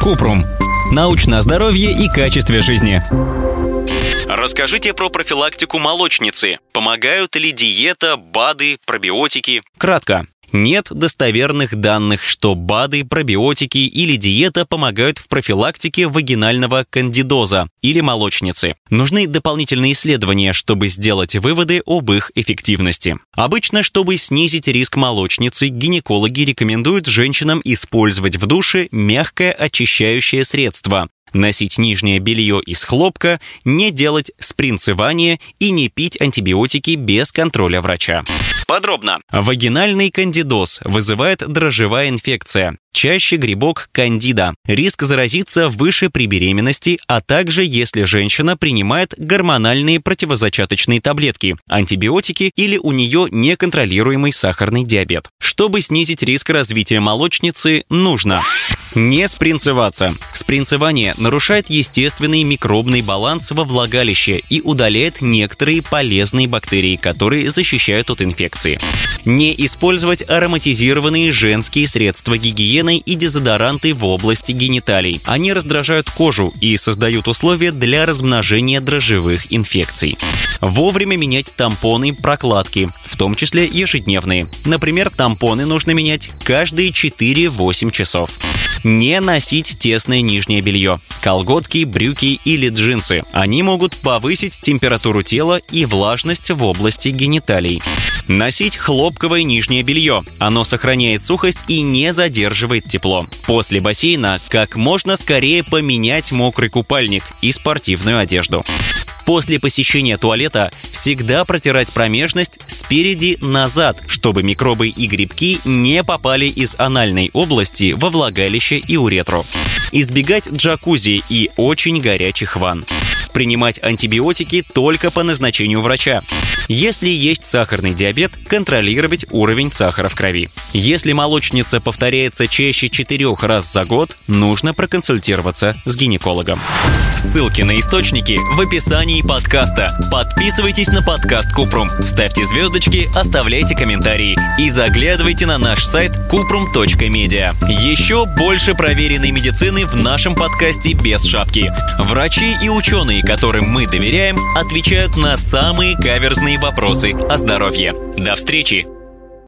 Купрум. Научное здоровье и качестве жизни. Расскажите про профилактику молочницы. Помогают ли диета, БАДы, пробиотики? Кратко. Нет достоверных данных, что БАДы, пробиотики или диета помогают в профилактике вагинального кандидоза или молочницы. Нужны дополнительные исследования, чтобы сделать выводы об их эффективности. Обычно, чтобы снизить риск молочницы, гинекологи рекомендуют женщинам использовать в душе мягкое очищающее средство, носить нижнее белье из хлопка, не делать спринцевание и не пить антибиотики без контроля врача. Подробно. Вагинальный кандидоз вызывает дрожжевая инфекция, чаще грибок кандида. Риск заразиться выше при беременности, а также если женщина принимает гормональные противозачаточные таблетки, антибиотики или у нее неконтролируемый сахарный диабет. Чтобы снизить риск развития молочницы, нужно не спринцеваться. Спринцевание нарушает естественный микробный баланс во влагалище и удаляет некоторые полезные бактерии, которые защищают от инфекции. Не использовать ароматизированные женские средства гигиены и дезодоранты в области гениталий. Они раздражают кожу и создают условия для размножения дрожжевых инфекций. Вовремя менять тампоны, прокладки, в том числе ежедневные. Например, тампоны нужно менять каждые 4-8 часов. Не носить тесное нижнее белье, колготки, брюки или джинсы. Они могут повысить температуру тела и влажность в области гениталий. Носить хлопковое нижнее белье. Оно сохраняет сухость и не задерживает тепло. После бассейна как можно скорее поменять мокрый купальник и спортивную одежду. После посещения туалета всегда протирать промежность спереди назад, чтобы микробы и грибки не попали из анальной области во влагалище и уретру. Избегать джакузи и очень горячих ванн. Принимать антибиотики только по назначению врача. Если есть сахарный диабет, контролировать уровень сахара в крови. Если молочница повторяется чаще 4 раз за год, нужно проконсультироваться с гинекологом. Ссылки на источники в описании подкаста. Подписывайтесь на подкаст Купрум, ставьте звездочки, оставляйте комментарии и заглядывайте на наш сайт kuprum.media. Еще больше проверенной медицины в нашем подкасте без шапки. Врачи и ученые, которым мы доверяем, отвечают на самые каверзные вопросы о здоровье. До встречи!